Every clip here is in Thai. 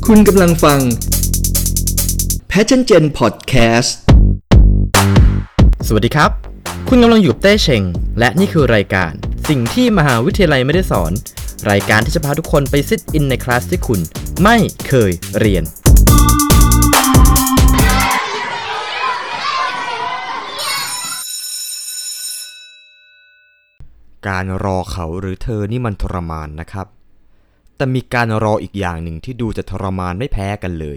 คุณกำลังฟัง Passion Gen Podcast สวัสดีครับคุณกำลังอยู่กับเต้เชงและนี่คือรายการสิ่งที่มหาวิทยาลัยไม่ได้สอนรายการที่จะพาทุกคนไปซิทอินในคลาสที่คุณไม่เคยเรียนการรอเขาหรือเธอนี่มันทรมานนะครับแต่มีการรออีกอย่างหนึ่งที่ดูจะทรมานไม่แพ้กันเลย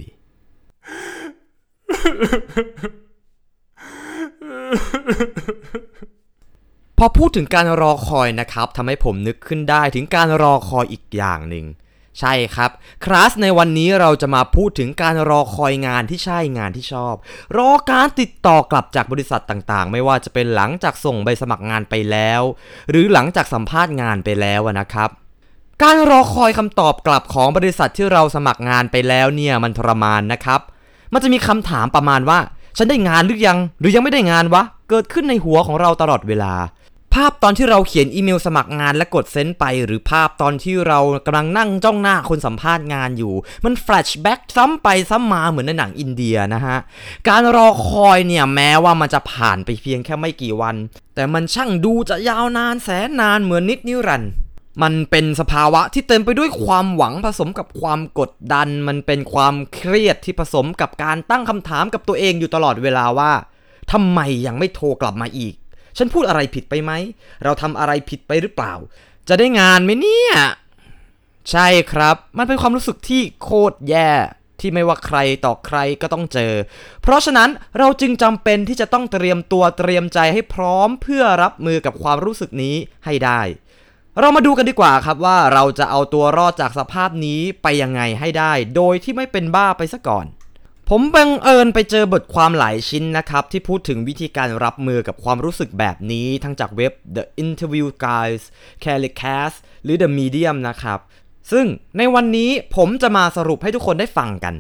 พอพูดถึงการรอคอยนะครับทำให้ผมนึกขึ้นได้ถึงการรอคอยอีกอย่างหนึ่งใช่ครับคลาสในวันนี้เราจะมาพูดถึงการรอคอยงานที่ใช่งานที่ชอบรอการติดต่อกลับจากบริษัทต่างๆไม่ว่าจะเป็นหลังจากส่งใบสมัครงานไปแล้วหรือหลังจากสัมภาษณ์งานไปแล้วนะครับการรอคอยคำตอบกลับของบริษัทที่เราสมัครงานไปแล้วเนี่ยมันทรมานนะครับมันจะมีคำถามประมาณว่าฉันได้งานหรือยังไม่ได้งานวะเกิดขึ้นในหัวของเราตลอดเวลาภาพตอนที่เราเขียนอีเมลสมัครงานและกดเซ็นไปหรือภาพตอนที่เรากำลังนั่งจ้องหน้าคนสัมภาษณ์งานอยู่มันแฟลชแบ็กซ้ำไปซ้ำมาเหมือนในหนังอินเดียนะฮะการรอคอยเนี่ยแม้ว่ามันจะผ่านไปเพียงแค่ไม่กี่วันแต่มันช่างดูจะยาวนานแสนนานเหมือนนิรันดร์มันเป็นสภาวะที่เต็มไปด้วยความหวังผสมกับความกดดันมันเป็นความเครียดที่ผสมกับการตั้งคำถามกับตัวเองอยู่ตลอดเวลาว่าทำไมยังไม่โทรกลับมาอีกฉันพูดอะไรผิดไปไหมเราทำอะไรผิดไปหรือเปล่าจะได้งานไหมเนี่ยใช่ครับมันเป็นความรู้สึกที่โคตรแย่ที่ไม่ว่าใครต่อใครก็ต้องเจอเพราะฉะนั้นเราจึงจำเป็นที่จะต้องเตรียมตัวเตรียมใจให้พร้อมเพื่อรับมือกับความรู้สึกนี้ให้ได้เรามาดูกันดีกว่าครับว่าเราจะเอาตัวรอดจากสภาพนี้ไปยังไงให้ได้โดยที่ไม่เป็นบ้าไปซะก่อนผมบังเอิญไปเจอบทความหลายชิ้นนะครับที่พูดถึงวิธีการรับมือกับความรู้สึกแบบนี้ทั้งจากเว็บ The Interview Guys, Calicast หรือ The Medium นะครับซึ่งในวันนี้ผมจะมาสรุปให้ทุกคนได้ฟังกัน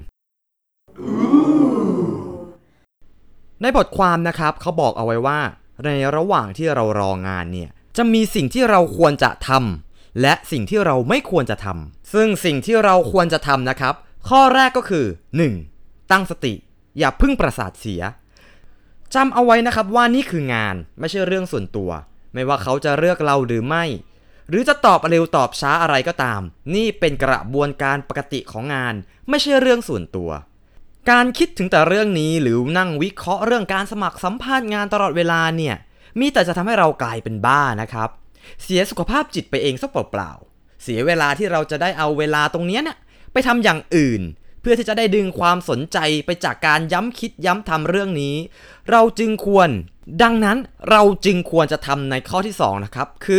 ในบทความนะครับเขาบอกเอาไว้ว่าในระหว่างที่เรารองานเนี่ยจะมีสิ่งที่เราควรจะทำและสิ่งที่เราไม่ควรจะทำซึ่งสิ่งที่เราควรจะทำนะครับข้อแรกก็คือ 1. ตั้งสติอย่าพึ่งประสาทเสียจำเอาไว้นะครับว่านี่คืองานไม่ใช่เรื่องส่วนตัวไม่ว่าเขาจะเลือกเราหรือไม่หรือจะตอบเร็วตอบช้าอะไรก็ตามนี่เป็นกระบวนการปกติของงานไม่ใช่เรื่องส่วนตัวการคิดถึงแต่เรื่องนี้หรือนั่งวิเคราะห์เรื่องการสมัครสัมภาษณ์งานตลอดเวลาเนี่ยมีแต่จะทำให้เรากลายเป็นบ้านะครับเสียสุขภาพจิตไปเองซะเปล่าๆเสียเวลาที่เราจะได้เอาเวลาตรงนี้เนี่ยไปทำอย่างอื่นเพื่อที่จะได้ดึงความสนใจไปจากการย้ำคิดย้ำทำเรื่องนี้ดังนั้นเราจึงควรจะทำในข้อที่2นะครับคือ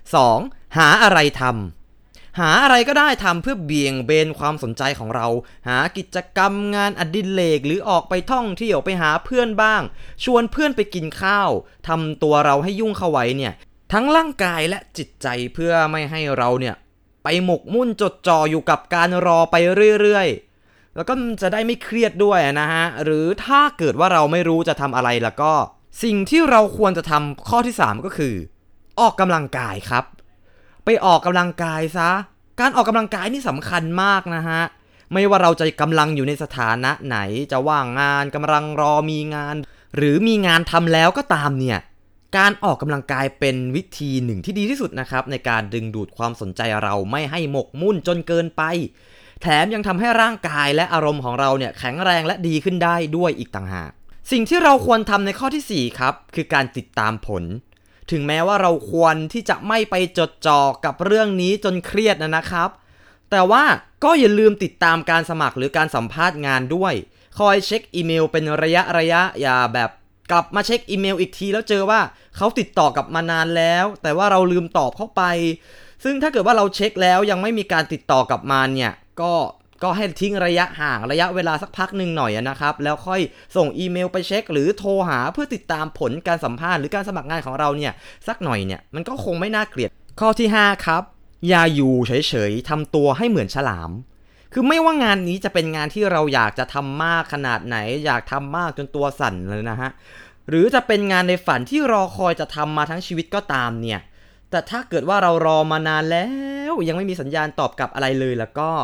2. หาอะไรทำหาอะไรก็ได้ทำเพื่อเบี่ยงเบนความสนใจของเราหากิจกรรมงานอดิเรกหรือออกไปท่องเที่ยวไปหาเพื่อนบ้างชวนเพื่อนไปกินข้าวทำตัวเราให้ยุ่งเข้าไว้เนี่ยทั้งร่างกายและจิตใจเพื่อไม่ให้เราเนี่ยไปหมกมุ่นจดจ่ออยู่กับการรอไปเรื่อยๆแล้วก็จะได้ไม่เครียดด้วยนะฮะหรือถ้าเกิดว่าเราไม่รู้จะทำอะไรแล้วก็สิ่งที่เราควรจะทำข้อที่3ก็คือออกกำลังกายครับไปออกกำลังกายซะการออกกำลังกายนี่สำคัญมากนะฮะไม่ว่าเราจะกำลังอยู่ในสถานะไหนจะว่างงานกำลังรอมีงานหรือมีงานทำแล้วก็ตามเนี่ยการออกกำลังกายเป็นวิธีหนึ่งที่ดีที่สุดนะครับในการดึงดูดความสนใจเราไม่ให้หมกมุ่นจนเกินไปแถมยังทำให้ร่างกายและอารมณ์ของเราเนี่ยแข็งแรงและดีขึ้นได้ด้วยอีกต่างหากสิ่งที่เราควรทำในข้อที่4ครับคือการติดตามผลถึงแม้ว่าเราควรที่จะไม่ไปจดจ่อกับเรื่องนี้จนเครียดนะครับแต่ว่าก็อย่าลืมติดตามการสมัครหรือการสัมภาษณ์งานด้วยคอยเช็คอีเมลเป็นระยะอย่าแบบกลับมาเช็คอีเมลอีกทีแล้วเจอว่าเขาติดต่อกลับมานานแล้วแต่ว่าเราลืมตอบเข้าไปซึ่งถ้าเกิดว่าเราเช็คแล้วยังไม่มีการติดต่อกลับมาเนี่ยก็ให้ทิ้งระยะเวลาสักพักนึงหน่อยนะครับแล้วค่อยส่งอีเมลไปเช็คหรือโทรหาเพื่อติดตามผลการสัมภาษณ์หรือการสมัครงานของเราเนี่ยสักหน่อยเนี่ยมันก็คงไม่น่าเกลียดข้อที่5ครับอย่าอยู่เฉยๆทำตัวให้เหมือนฉลามคือไม่ว่างานนี้จะเป็นงานที่เราอยากจะทำมากขนาดไหนอยากทำมากจนตัวสั่นเลยนะฮะหรือจะเป็นงานในฝันที่รอคอยจะทำมาทั้งชีวิตก็ตามเนี่ยแต่ถ้าเกิดว่าเรารอมานานแล้วยังไม่มีสัญญาณตอบกลับอะไรเลยแล้วก็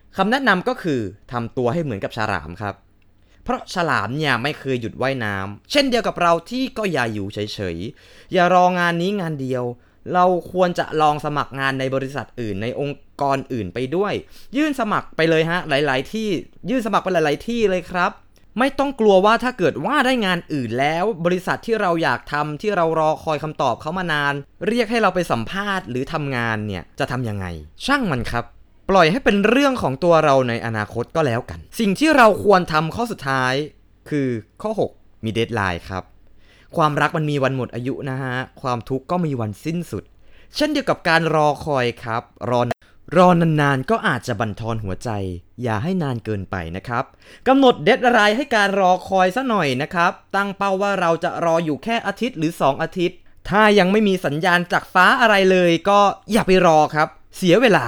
คำแนะนำก็คือทำตัวให้เหมือนกับฉลามครับเพราะฉลามเนี่ยไม่เคยหยุดว่ายน้ำเช่นเดียวกับเราที่ก็อย่าอยู่เฉยๆอย่ารองานนี้งานเดียวเราควรจะลองสมัครงานในบริษัทอื่นในองค์กรอื่นไปด้วยยื่นสมัครไปเลยฮะหลายๆที่ยื่นสมัครไปหลายๆที่เลยครับไม่ต้องกลัวว่าถ้าเกิดว่าได้งานอื่นแล้วบริษัทที่เราอยากทำที่เรารอคอยคำตอบเขามานานเรียกให้เราไปสัมภาษณ์หรือทำงานเนี่ยจะทำยังไงช่างมันครับปล่อยให้เป็นเรื่องของตัวเราในอนาคตก็แล้วกันสิ่งที่เราควรทำข้อสุดท้ายคือข้อ6มีเดดไลน์ครับความรักมันมีวันหมดอายุนะฮะความทุกข์ก็มีวันสิ้นสุดเช่นเดียวกับการรอคอยครับรอนานๆก็อาจจะบั่นทอนหัวใจอย่าให้นานเกินไปนะครับกำหนดเดดไลน์ให้การรอคอยซะหน่อยนะครับตั้งเป้าว่าเราจะรออยู่แค่อาทิตย์หรือ2อาทิตย์ถ้ายังไม่มีสัญญาณจากฟ้าอะไรเลยก็อย่าไปรอครับเสียเวลา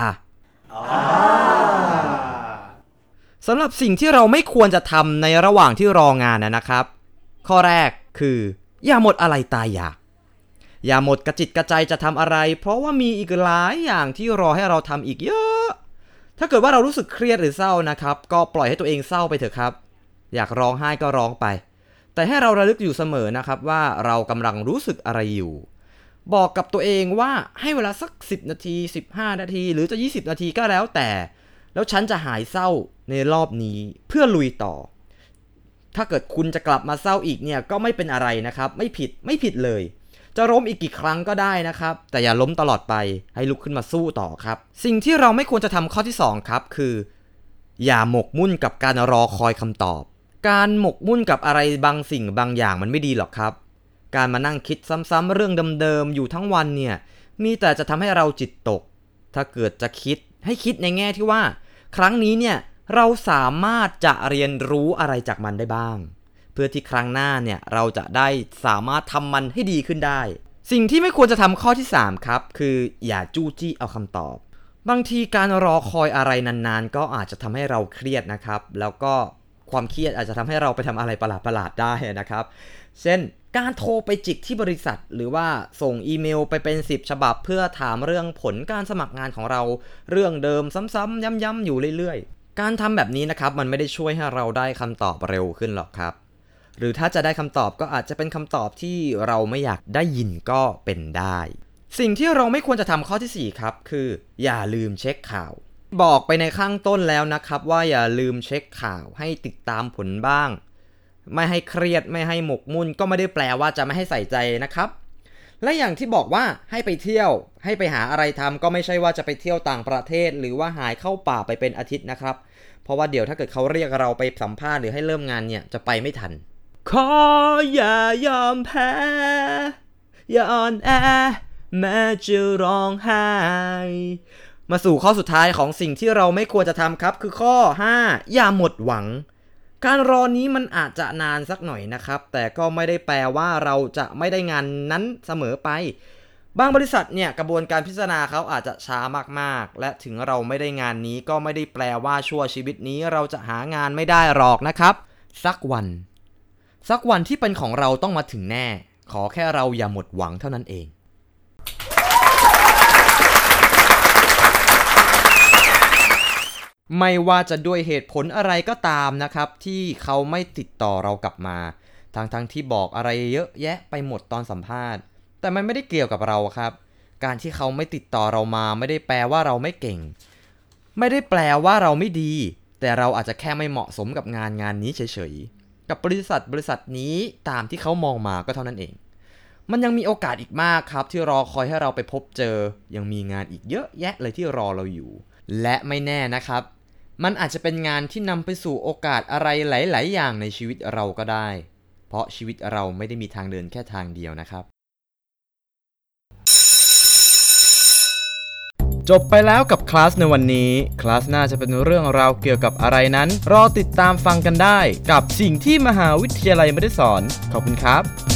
สำหรับสิ่งที่เราไม่ควรจะทำในระหว่างที่รองานนะครับข้อแรกคืออย่าหมดอะไรตายอยากอย่าหมดกระจิตกระใจจะทำอะไรเพราะว่ามีอีกหลายอย่างที่รอให้เราทำอีกเยอะถ้าเกิดว่าเรารู้สึกเครียดหรือเศร้านะครับก็ปล่อยให้ตัวเองเศร้าไปเถอะครับอยากร้องไห้ก็ร้องไปแต่ให้เราระลึกอยู่เสมอนะครับว่าเรากำลังรู้สึกอะไรอยู่บอกกับตัวเองว่าให้เวลาสัก10นาที15นาทีหรือจะ20นาทีก็แล้วแต่แล้วฉันจะหายเศร้าในรอบนี้เพื่อลุยต่อถ้าเกิดคุณจะกลับมาเศร้าอีกเนี่ยก็ไม่เป็นอะไรนะครับไม่ผิดเลยจะล้มอีกกี่ครั้งก็ได้นะครับแต่อย่าล้มตลอดไปให้ลุกขึ้นมาสู้ต่อครับสิ่งที่เราไม่ควรจะทำข้อที่2ครับคืออย่าหมกมุ่นกับการรอคอยคำตอบการหมกมุ่นกับอะไรบางสิ่งบางอย่างมันไม่ดีหรอกครับการมานั่งคิดซ้ำๆเรื่องเดิมๆอยู่ทั้งวันเนี่ยมีแต่จะทำให้เราจิตตกถ้าเกิดจะคิดให้คิดในแง่ที่ว่าครั้งนี้เนี่ยเราสามารถจะเรียนรู้อะไรจากมันได้บ้างเพื่อที่ครั้งหน้าเนี่ยเราจะได้สามารถทำมันให้ดีขึ้นได้สิ่งที่ไม่ควรจะทำข้อที่3ครับคืออย่าจู้จี้เอาคำตอบบางทีการรอคอยอะไรนานๆก็อาจจะทำให้เราเครียดนะครับแล้วก็ความเครียดอาจจะทำให้เราไปทำอะไรประหลาดๆได้นะครับเช่นการโทรไปจิกที่บริษัทหรือว่าส่งอีเมลไปเป็น10ฉบับเพื่อถามเรื่องผลการสมัครงานของเราเรื่องเดิมซ้ำๆย้ำๆอยู่เรื่อยๆการทำแบบนี้นะครับมันไม่ได้ช่วยให้เราได้คำตอบเร็วขึ้นหรอกครับหรือถ้าจะได้คำตอบก็อาจจะเป็นคำตอบที่เราไม่อยากได้ยินก็เป็นได้สิ่งที่เราไม่ควรจะทำข้อที่4ครับคืออย่าลืมเช็คข่าวบอกไปในข้างต้นแล้วนะครับว่าอย่าลืมเช็คข่าวให้ติดตามผลบ้างไม่ให้เครียดไม่ให้หมกมุ่นก็ไม่ได้แปลว่าจะไม่ให้ใส่ใจนะครับและอย่างที่บอกว่าให้ไปเที่ยวให้ไปหาอะไรทำก็ไม่ใช่ว่าจะไปเที่ยวต่างประเทศหรือว่าหายเข้าป่าไปเป็นอาทิตย์นะครับเพราะว่าเดี๋ยวถ้าเกิดเขาเรียกเราไปสัมภาษณ์หรือให้เริ่มงานเนี่ยจะไปไม่ทันขออย่ายอมแพ้อย่าอ่อนแอแม้จะร้องไห้มาสู่ข้อสุดท้ายของสิ่งที่เราไม่ควรจะทำครับคือข้อ5อย่าหมดหวังการรอนี้มันอาจจะนานสักหน่อยนะครับแต่ก็ไม่ได้แปลว่าเราจะไม่ได้งานนั้นเสมอไปบางบริษัทเนี่ยกระบวนการพิจารณาเขาอาจจะช้ามากๆและถึงเราไม่ได้งานนี้ก็ไม่ได้แปลว่าชั่วชีวิตนี้เราจะหางานไม่ได้หรอกนะครับสักวันที่เป็นของเราต้องมาถึงแน่ขอแค่เราอย่าหมดหวังเท่านั้นเองไม่ว่าจะด้วยเหตุผลอะไรก็ตามนะครับที่เขาไม่ติดต่อเรากลับมาทั้งที่บอกอะไรเยอะแยะไปหมดตอนสัมภาษณ์แต่มันไม่ได้เกี่ยวกับเราครับการที่เขาไม่ติดต่อเรามาไม่ได้แปลว่าเราไม่เก่งไม่ได้แปลว่าเราไม่ดีแต่เราอาจจะแค่ไม่เหมาะสมกับงานนี้เฉยๆกับบริษัทนี้ตามที่เขามองมาก็เท่านั้นเองมันยังมีโอกาสอีกมากครับที่รอคอยให้เราไปพบเจอยังมีงานอีกเยอะแยะเลยที่รอเราอยู่และไม่แน่นะครับมันอาจจะเป็นงานที่นำไปสู่โอกาสอะไรหลายๆอย่างในชีวิตเราก็ได้เพราะชีวิตเราไม่ได้มีทางเดินแค่ทางเดียวนะครับจบไปแล้วกับคลาสในวันนี้คลาสหน้าจะเป็นเรื่องราวเกี่ยวกับอะไรนั้นรอติดตามฟังกันได้กับสิ่งที่มหาวิทยาลัยไม่ได้สอนขอบคุณครับ